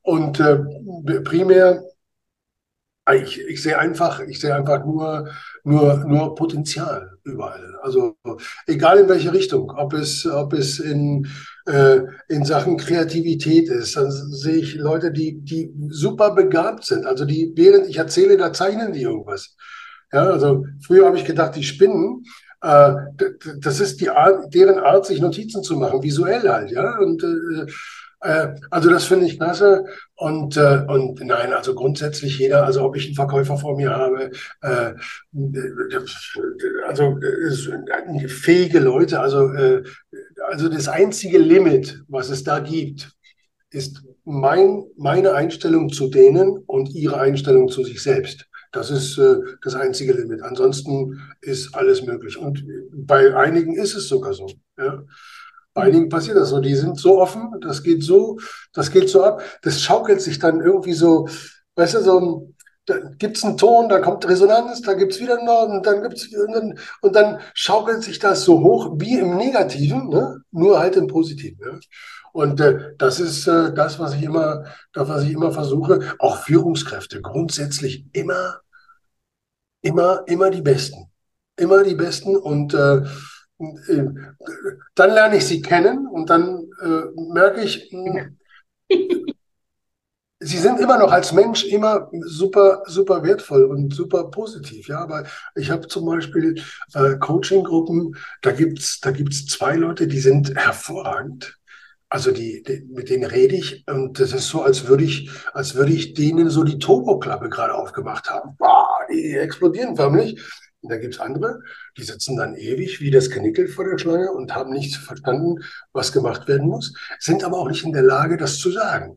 Und äh, primär, ich, ich sehe einfach, ich sehe einfach nur, nur, nur Potenzial überall. Also egal in welche Richtung, ob es, ob es in, äh, in Sachen Kreativität ist, dann sehe ich Leute, die, die super begabt sind. Also die, während ich erzähle, da zeichnen die irgendwas. Ja, also früher habe ich gedacht, die spinnen. Äh, das ist die Art, deren Art, sich Notizen zu machen, visuell halt, ja. Und äh, äh, also das finde ich klasse. Und, äh, und nein, also grundsätzlich jeder, also ob ich einen Verkäufer vor mir habe, äh, also äh, fähige Leute, also, äh, also das einzige Limit, was es da gibt, ist mein, meine Einstellung zu denen und ihre Einstellung zu sich selbst. Das ist äh, das einzige Limit. Ansonsten ist alles möglich. Und bei einigen ist es sogar so. Ja. Bei einigen passiert das so. Die sind so offen, das geht so, das geht so ab. Das schaukelt sich dann irgendwie so, weißt du, so, da gibt es einen Ton, da kommt Resonanz, da gibt es wieder einen Norden, und dann gibt's und dann, und dann schaukelt sich das so hoch wie im Negativen, ne? Nur halt im Positiven. Ja? Und äh, das ist äh, das, was ich immer, das, was ich immer versuche. Auch Führungskräfte grundsätzlich immer, immer, immer die Besten. Immer die Besten. Und äh, äh, dann lerne ich sie kennen und dann äh, merke ich, mh, sie sind immer noch als Mensch immer super, super wertvoll und super positiv. Ja, aber ich habe zum Beispiel äh, Coaching-Gruppen, da gibt's, da gibt's zwei Leute, die sind hervorragend. Also die, die, mit denen rede ich und das ist so, als würde ich, als würde ich denen so die Turboklappe gerade aufgemacht haben. Boah, die explodieren förmlich. Und da gibt es andere, die sitzen dann ewig wie das Kanickel vor der Schlange und haben nicht verstanden, was gemacht werden muss, sind aber auch nicht in der Lage, das zu sagen.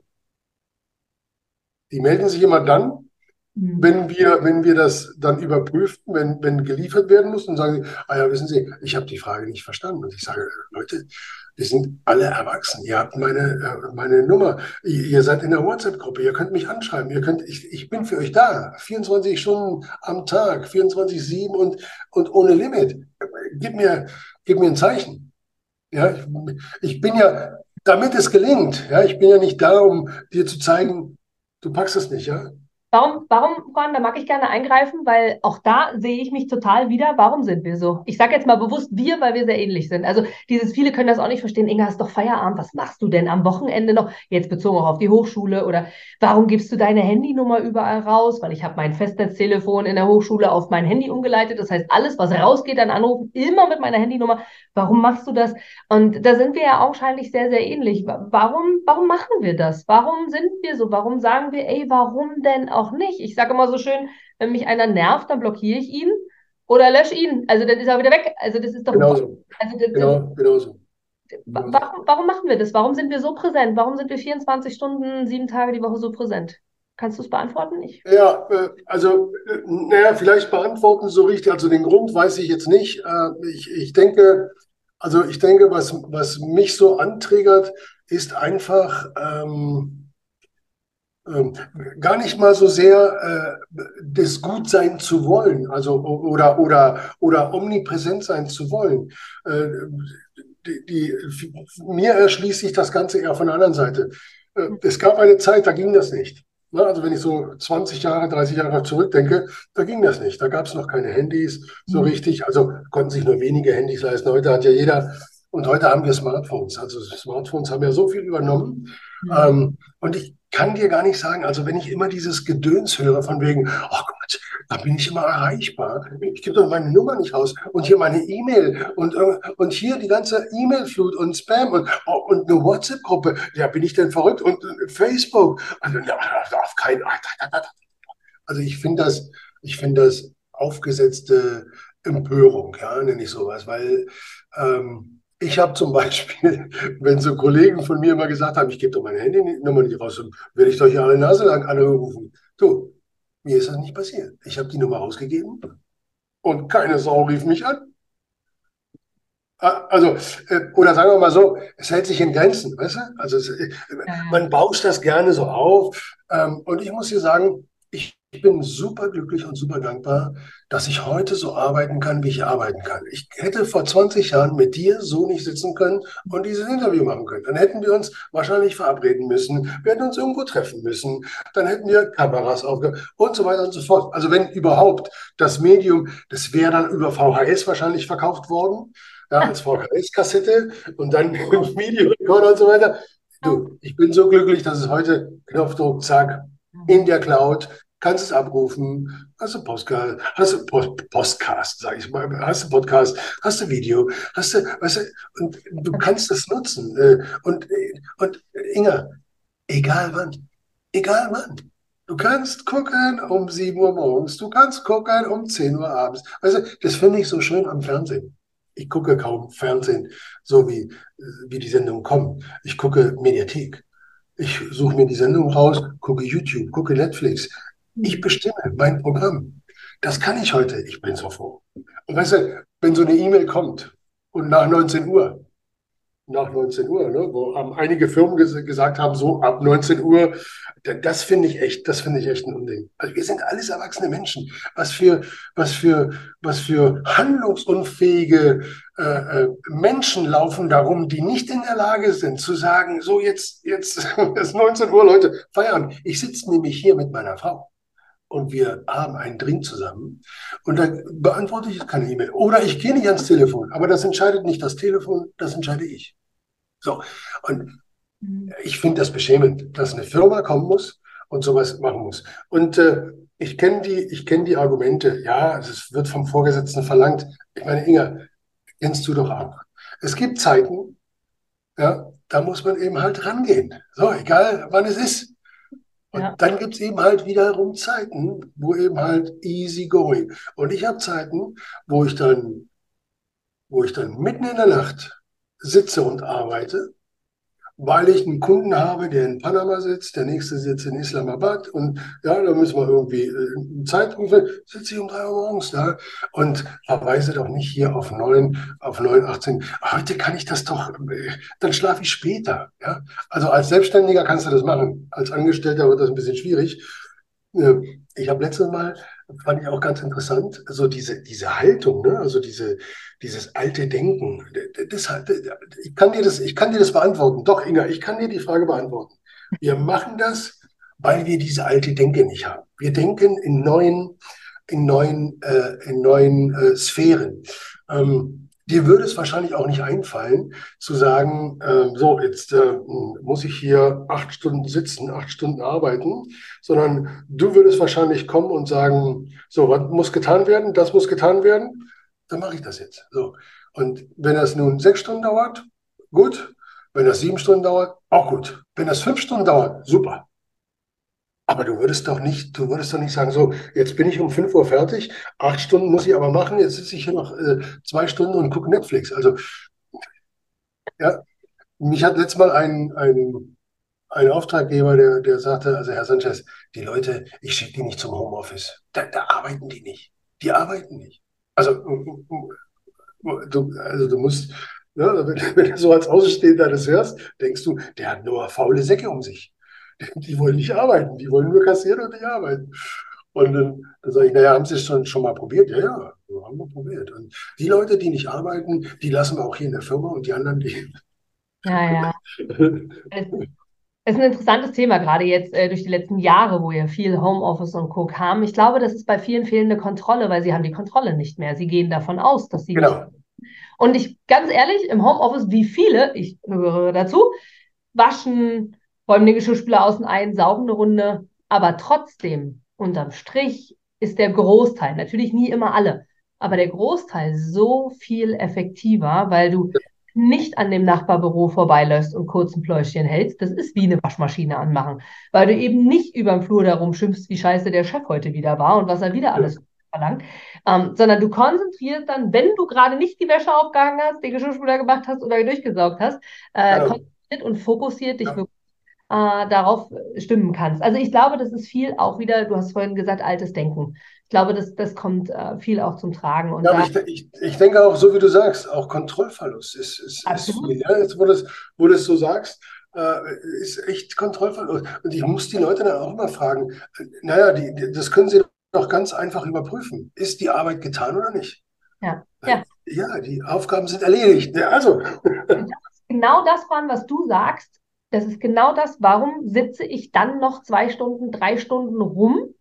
Die melden sich immer dann, Mhm. wenn wir, wenn wir das dann überprüfen, wenn, wenn geliefert werden muss, und sagen, ah ja, wissen Sie, ich habe die Frage nicht verstanden. Und ich sage, Leute, wir sind alle erwachsen. Ihr habt meine, äh, meine Nummer. Ihr, ihr seid in der WhatsApp-Gruppe. Ihr könnt mich anschreiben. Ihr könnt, ich, ich bin für euch da. vierundzwanzig Stunden am Tag, vierundzwanzig sieben und, und ohne Limit. Gib mir, gib mir ein Zeichen. Ja, ich, ich bin ja, damit es gelingt, ja, ich bin ja nicht da, um dir zu zeigen, du packst es nicht, ja. Warum, warum, Juan, da mag ich gerne eingreifen, weil auch da sehe ich mich total wieder. Warum sind wir so? Ich sage jetzt mal bewusst wir, weil wir sehr ähnlich sind. Also dieses, viele können das auch nicht verstehen. Inga, hast doch Feierabend. Was machst du denn am Wochenende noch? Jetzt bezogen auch auf die Hochschule. Oder warum gibst du deine Handynummer überall raus? Weil ich habe mein Festnetztelefon in der Hochschule auf mein Handy umgeleitet. Das heißt, alles, was rausgeht an Anrufen, immer mit meiner Handynummer. Warum machst du das? Und da sind wir ja augenscheinlich sehr, sehr ähnlich. Warum, warum machen wir das? Warum sind wir so? Warum sagen wir, ey, warum denn auch nicht? Ich sage immer so schön, wenn mich einer nervt, dann blockiere ich ihn oder lösche ihn. Also dann ist er wieder weg. Also das ist doch, Genauso. also das, das, Genau, genauso. Genauso. warum, warum machen wir das? Warum sind wir so präsent? Warum sind wir vierundzwanzig Stunden, sieben Tage die Woche so präsent? Kannst du es beantworten? Ich. Ja, äh, also, äh, naja, vielleicht beantworten so richtig. Also den Grund weiß ich jetzt nicht. Äh, ich, ich denke, also ich denke, was, was mich so antriggert, ist einfach ähm, ähm, gar nicht mal so sehr äh, das Gutsein zu wollen, also oder oder oder omnipräsent sein zu wollen. Äh, die, die, mir erschließt sich das Ganze eher von der anderen Seite. Äh, es gab eine Zeit, da ging das nicht. Ne? Also wenn ich so zwanzig Jahre, dreißig Jahre zurückdenke, da ging das nicht. Da gab es noch keine Handys so Mhm. richtig. Also konnten sich nur wenige Handys leisten. Heute hat ja jeder, und heute haben wir Smartphones. Also Smartphones haben ja so viel übernommen. Mhm. Ähm, und ich kann dir gar nicht sagen, also wenn ich immer dieses Gedöns höre von wegen, oh Gott, da bin ich immer erreichbar. Ich gebe doch meine Nummer nicht raus. Und hier meine E-Mail und, äh, und hier die ganze E-Mail-Flut und Spam und, oh, und eine WhatsApp-Gruppe. Ja, bin ich denn verrückt? Und äh, Facebook. Also, ja, auf keinen Also ich finde das, ich finde das aufgesetzte Empörung, ja, nenne ich sowas, weil ähm, ich habe zum Beispiel, wenn so Kollegen von mir immer gesagt haben, ich gebe doch meine Handynummer nicht raus, dann werde ich doch hier alle Nase lang anrufen. Du, mir ist das nicht passiert. Ich habe die Nummer ausgegeben und keine Sau rief mich an. Ah, Also, äh, oder sagen wir mal so, es hält sich in Grenzen, weißt du? Also es, äh, Ja, ja. man bauscht das gerne so auf. Ähm, und ich muss dir sagen, ich Ich bin super glücklich und super dankbar, dass ich heute so arbeiten kann, wie ich arbeiten kann. Ich hätte vor zwanzig Jahren mit dir so nicht sitzen können und dieses Interview machen können. Dann hätten wir uns wahrscheinlich verabreden müssen, wir hätten uns irgendwo treffen müssen, dann hätten wir Kameras aufge und so weiter und so fort. Also wenn überhaupt das Medium, das wäre dann über V H S wahrscheinlich verkauft worden, ja, als V H S-Kassette und dann Videorekorder und so weiter. Du, ich bin so glücklich, dass es heute Knopfdruck, zack, in der Cloud, kannst es abrufen, hast du Podcast, hast du Post, Postcast, sag ich mal, hast du Podcast, hast du Video, hast du, weißt du, und du kannst das nutzen. äh, Und, und Inga, egal wann, egal wann. Du kannst gucken um sieben Uhr morgens, du kannst gucken um zehn Uhr abends. Also, das finde ich so schön am Fernsehen. Ich gucke kaum Fernsehen, so wie, wie die Sendungen kommen. Ich gucke Mediathek. Ich suche mir die Sendung raus, gucke YouTube, gucke Netflix. Ich Mhm. bestimme mein Programm. Das kann ich heute. Ich bin so froh. Und weißt du, wenn so eine E-Mail kommt und nach neunzehn Uhr, nach neunzehn Uhr, ne, wo haben einige Firmen ges gesagt haben, so ab neunzehn Uhr, da- das finde ich echt, das finde ich echt ein Unding. Also wir sind alles erwachsene Menschen. Was für, was für, was für handlungsunfähige äh, äh, Menschen laufen darum, die nicht in der Lage sind zu sagen, so jetzt, jetzt ist neunzehn Uhr, Leute, Feierabend. Ich sitze nämlich hier mit meiner Frau und wir haben einen Drink zusammen und dann beantworte ich keine E-Mail. Oder ich gehe nicht ans Telefon, aber das entscheidet nicht das Telefon, das entscheide ich. So, und Mhm. ich finde das beschämend, dass eine Firma kommen muss und sowas machen muss. Und äh, ich kenne die, ich kenne die Argumente. Ja, es wird vom Vorgesetzten verlangt. Ich meine, Inga, kennst du doch auch. Es gibt Zeiten, ja, da muss man eben halt rangehen. So, egal wann es ist. Ja. Und dann gibt es eben halt wiederum Zeiten, wo eben halt easy going. Und ich habe Zeiten, wo ich dann, wo ich dann mitten in der Nacht sitze und arbeite, weil ich einen Kunden habe, der in Panama sitzt, der nächste sitzt in Islamabad und ja, da müssen wir irgendwie äh, eine Zeit rufen, sitze ich um drei Uhr morgens da und verweise doch nicht hier auf neun, auf neun, achtzehn. Heute kann ich das doch, äh, dann schlafe ich später. Ja? Also als Selbstständiger kannst du das machen. Als Angestellter wird das ein bisschen schwierig. Äh, Ich habe letztes Mal, fand ich auch ganz interessant, so diese, diese Haltung, ne? Also diese, dieses alte Denken. Das, ich kann dir das, ich kann dir das beantworten. Doch, Inga, ich kann dir die Frage beantworten. Wir machen das, weil wir diese alte Denke nicht haben. Wir denken in neuen, in neuen, äh, in neuen äh, Sphären. Ähm, dir würde es wahrscheinlich auch nicht einfallen, zu sagen, äh, so, jetzt äh, muss ich hier acht Stunden sitzen, acht Stunden arbeiten, sondern du würdest wahrscheinlich kommen und sagen, so, was muss getan werden? Das muss getan werden. Dann mache ich das jetzt. So. Und wenn das nun sechs Stunden dauert, gut. Wenn das sieben Stunden dauert, auch gut. Wenn das fünf Stunden dauert, super. Aber du würdest doch nicht, du würdest doch nicht sagen, so, jetzt bin ich um fünf Uhr fertig, acht Stunden muss ich aber machen, jetzt sitze ich hier noch äh, zwei Stunden und gucke Netflix. Also, ja, mich hat letztes Mal ein, ein, ein Auftraggeber, der, der sagte, also Herr Sanchez, die Leute, ich schicke die nicht zum Homeoffice. Da, da arbeiten die nicht. Die arbeiten nicht. Also, du, also du musst, ne, wenn, wenn du so als Außenstehender das hörst, denkst du, der hat nur faule Säcke um sich. Die wollen nicht arbeiten, die wollen nur kassieren und nicht arbeiten. Und dann, dann sage ich, naja, haben Sie es schon, schon mal probiert? Ja, ja, so haben wir probiert. Und die Leute, die nicht arbeiten, die lassen wir auch hier in der Firma und die anderen, die. Ja, ja. Es ist ein interessantes Thema, gerade jetzt äh, durch die letzten Jahre, wo ja viel Homeoffice und Co. kam. Ich glaube, das ist bei vielen fehlende Kontrolle, weil sie haben die Kontrolle nicht mehr. Sie gehen davon aus, dass sie nicht. Genau. Und ich, ganz ehrlich, im Homeoffice, wie viele, ich gehöre dazu, waschen, räumen den Geschirrspüler außen ein, saugen eine Runde. Aber trotzdem, unterm Strich, ist der Großteil, natürlich nie immer alle, aber der Großteil so viel effektiver, weil du nicht an dem Nachbarbüro vorbeiläufst und kurz ein Pläuschchen hältst. Das ist wie eine Waschmaschine anmachen, weil du eben nicht über den Flur darum schimpfst, wie scheiße der Chef heute wieder war und was er wieder Ja, alles verlangt, ähm, sondern du konzentrierst dann, wenn du gerade nicht die Wäsche aufgehangen hast, den Geschirrspüler gemacht hast oder durchgesaugt hast, äh, genau. und fokussiert dich Ja. wirklich äh, darauf stimmen kannst. Also ich glaube, das ist viel auch wieder, du hast vorhin gesagt, altes Denken. Ich glaube, das, das kommt äh, viel auch zum Tragen und Ja, aber da ich, ich, ich denke auch, so wie du sagst, auch Kontrollverlust ist, ist, ist absolut. viel. Ja, jetzt, wo du es wo du es so sagst, äh, ist echt Kontrollverlust. Und ich muss die Leute dann auch immer fragen, äh, naja, die, die, das können sie doch ganz einfach überprüfen. Ist die Arbeit getan oder nicht? Ja, Äh, ja. Ja, die Aufgaben sind erledigt. Ja, also, Und das ist genau das, Juan, was du sagst. Das ist genau das. Warum sitze ich dann noch zwei Stunden, drei Stunden rum,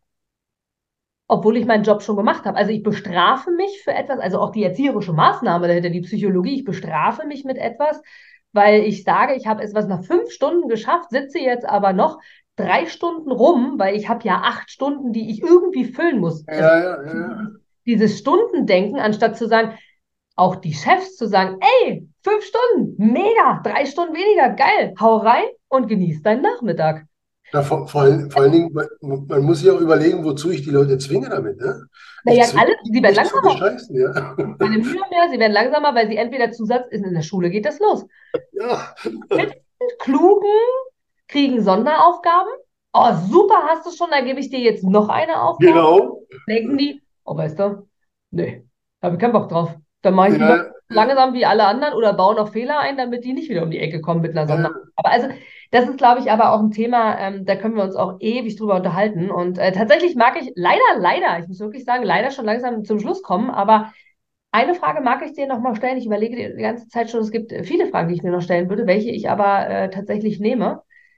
obwohl ich meinen Job schon gemacht habe? Also ich bestrafe mich für etwas, also auch die erzieherische Maßnahme dahinter, die Psychologie, ich bestrafe mich mit etwas, weil ich sage, ich habe etwas nach fünf Stunden geschafft, sitze jetzt aber noch drei Stunden rum, weil ich habe ja acht Stunden, die ich irgendwie füllen muss. ja, Es, ja, ja. dieses Stundendenken, anstatt zu sagen, auch die Chefs zu sagen, ey, fünf Stunden, mega, drei Stunden weniger, geil, hau rein und genieß deinen Nachmittag. Da, vor, vor, allen, vor allen Dingen, man, man muss sich auch überlegen, wozu ich die Leute zwinge damit. Ne? Ich Naja, zwinge alle, die sie werden nicht zu langsamer. bescheißen. Ja, Keine Mühe mehr, sie werden langsamer, weil sie entweder Zusatz ist, in der Schule geht das los. ja. Klugen kriegen Sonderaufgaben. Oh, super, hast du schon, dann gebe ich dir jetzt noch eine Aufgabe. Genau. Denken die, oh, weißt du, nee, habe ich keinen Bock drauf. Dann mache ich lieber Ja, ja, langsam wie alle anderen oder baue noch Fehler ein, damit die nicht wieder um die Ecke kommen mit einer ja. Sonderaufgabe. Aber also, das ist, glaube ich, aber auch ein Thema, ähm, da können wir uns auch ewig drüber unterhalten. Und äh, tatsächlich mag ich leider, leider, ich muss wirklich sagen, leider schon langsam zum Schluss kommen, aber eine Frage mag ich dir noch mal stellen. Ich überlege die ganze Zeit schon, es gibt äh, viele Fragen, die ich mir noch stellen würde, welche ich aber äh, tatsächlich nehme.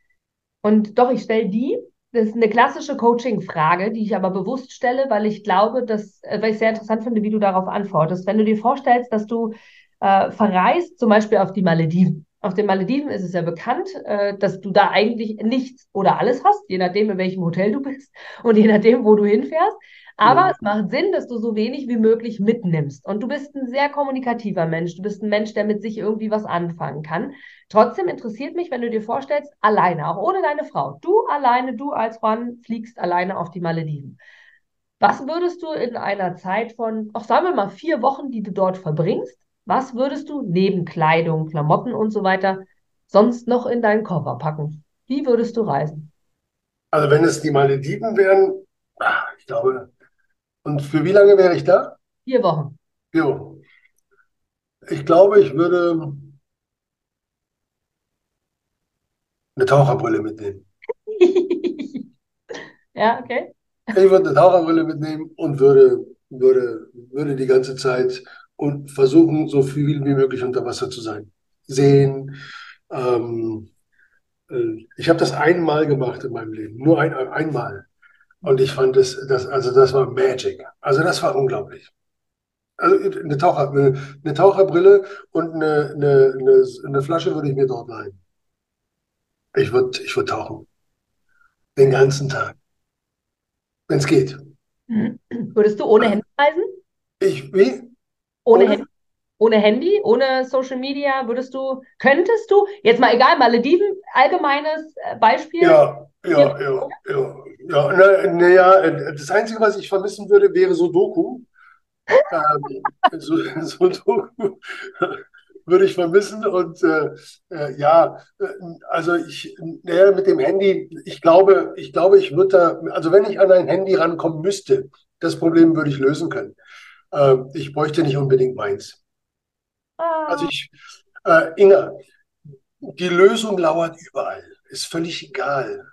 Und doch, ich stelle die. Das ist eine klassische Coaching-Frage, die ich aber bewusst stelle, weil ich glaube, dass, äh, weil ich sehr interessant finde, wie du darauf antwortest. Wenn du dir vorstellst, dass du äh, verreist, zum Beispiel auf die Malediven. Auf den Malediven ist es ja bekannt, äh, dass du da eigentlich nichts oder alles hast, je nachdem, in welchem Hotel du bist und je nachdem, wo du hinfährst. Aber Mhm. es macht Sinn, dass du so wenig wie möglich mitnimmst. Und du bist ein sehr kommunikativer Mensch. Du bist ein Mensch, der mit sich irgendwie was anfangen kann. Trotzdem interessiert mich, wenn du dir vorstellst, alleine, auch ohne deine Frau, du alleine, du als Mann fliegst alleine auf die Malediven. Was würdest du in einer Zeit von, auch sagen wir mal, vier Wochen, die du dort verbringst, was würdest du neben Kleidung, Klamotten und so weiter sonst noch in deinen Koffer packen? Wie würdest du reisen? Also wenn es die Malediven wären, ah, ich glaube, und für wie lange wäre ich da? Vier Wochen. Jo. Ich glaube, ich würde eine Taucherbrille mitnehmen. Ja, okay. Ich würde eine Taucherbrille mitnehmen und würde, würde, würde die ganze Zeit und versuchen, so viel wie möglich unter Wasser zu sein. Sehen. Ähm, äh, ich habe das einmal gemacht in meinem Leben, nur ein, einmal. Und ich fand das, das, also das war Magic. Also das war unglaublich. Also eine Taucher, eine, eine Taucherbrille und eine, eine, eine, eine Flasche würde ich mir dort leihen. Ich würde, ich würde tauchen. Den ganzen Tag. Wenn es geht. Würdest du ohne Handy reisen? Ich, wie? Ohne Handy? Ohne? Ohne Handy, ohne Social Media, würdest du, könntest du, jetzt mal egal, Malediven, allgemeines äh, Beispiel. Ja, ja, ja, ja. Ja, na, na ja, das Einzige, was ich vermissen würde, wäre so Doku. Ähm, so, so Doku würde ich vermissen. Und äh, äh, ja, äh, also ich, naja, mit dem Handy, ich glaube, ich glaube, ich würde da, also wenn ich an ein Handy rankommen müsste, das Problem würde ich lösen können. Äh, ich bräuchte nicht unbedingt meins. Also Ah, ich, äh, Inga, die Lösung lauert überall. Ist völlig egal.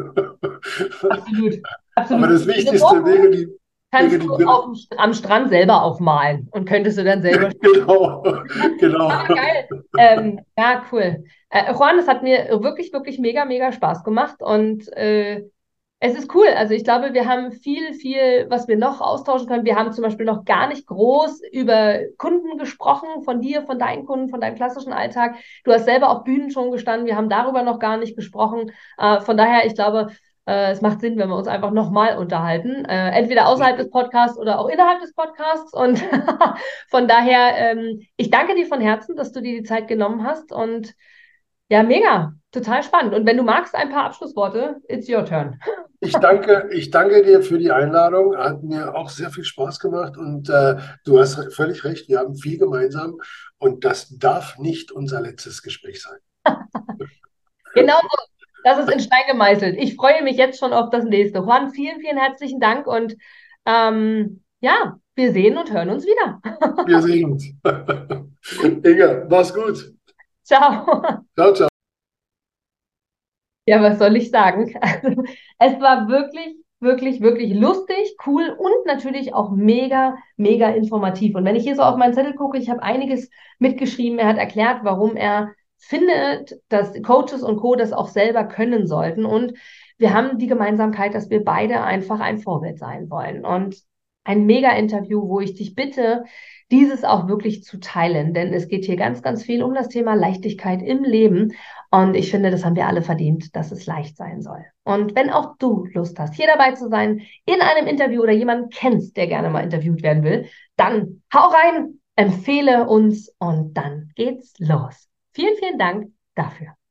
absolut, Aber absolut. das Diese Wichtigste wäre Doku die, wäre kannst die du Brille. auf dem, St- am Strand selber aufmalen und könntest du dann selber. Genau, genau. Aber geil. Ähm, ja, cool. Äh, Juan, es hat mir wirklich, wirklich mega, mega Spaß gemacht und äh, es ist cool. Also ich glaube, wir haben viel, viel, was wir noch austauschen können. Wir haben zum Beispiel noch gar nicht groß über Kunden gesprochen, von dir, von deinen Kunden, von deinem klassischen Alltag. Du hast selber auf Bühnen schon gestanden. Wir haben darüber noch gar nicht gesprochen. Äh, von daher, ich glaube, äh, es macht Sinn, wenn wir uns einfach nochmal unterhalten. Äh, entweder außerhalb des Podcasts oder auch innerhalb des Podcasts. Und von daher, ähm, ich danke dir von Herzen, dass du dir die Zeit genommen hast. Und ja, mega, total spannend. Und wenn du magst, ein paar Abschlussworte, it's your turn. Ich danke, ich danke dir für die Einladung. Hat mir auch sehr viel Spaß gemacht und äh, du hast völlig recht. Wir haben viel gemeinsam und das darf nicht unser letztes Gespräch sein. Genau so. Das ist in Stein gemeißelt. Ich freue mich jetzt schon auf das nächste. Juan, vielen, vielen herzlichen Dank und ähm, ja, wir sehen und hören uns wieder. Wir sehen uns. Inga, mach's gut. Ciao. Ciao, ciao. Ja, was soll ich sagen? Also, es war wirklich, wirklich, wirklich lustig, cool und natürlich auch mega, mega informativ. Und wenn ich hier so auf meinen Zettel gucke, ich habe einiges mitgeschrieben. Er hat erklärt, warum er findet, dass Coaches und Co. das auch selber können sollten. Und wir haben die Gemeinsamkeit, dass wir beide einfach ein Vorbild sein wollen. Und ein Mega-Interview, wo ich dich bitte, dieses auch wirklich zu teilen. Denn es geht hier ganz, ganz viel um das Thema Leichtigkeit im Leben. Und ich finde, das haben wir alle verdient, dass es leicht sein soll. Und wenn auch du Lust hast, hier dabei zu sein, in einem Interview oder jemanden kennst, der gerne mal interviewt werden will, dann hau rein, empfehle uns und dann geht's los. Vielen, vielen Dank dafür.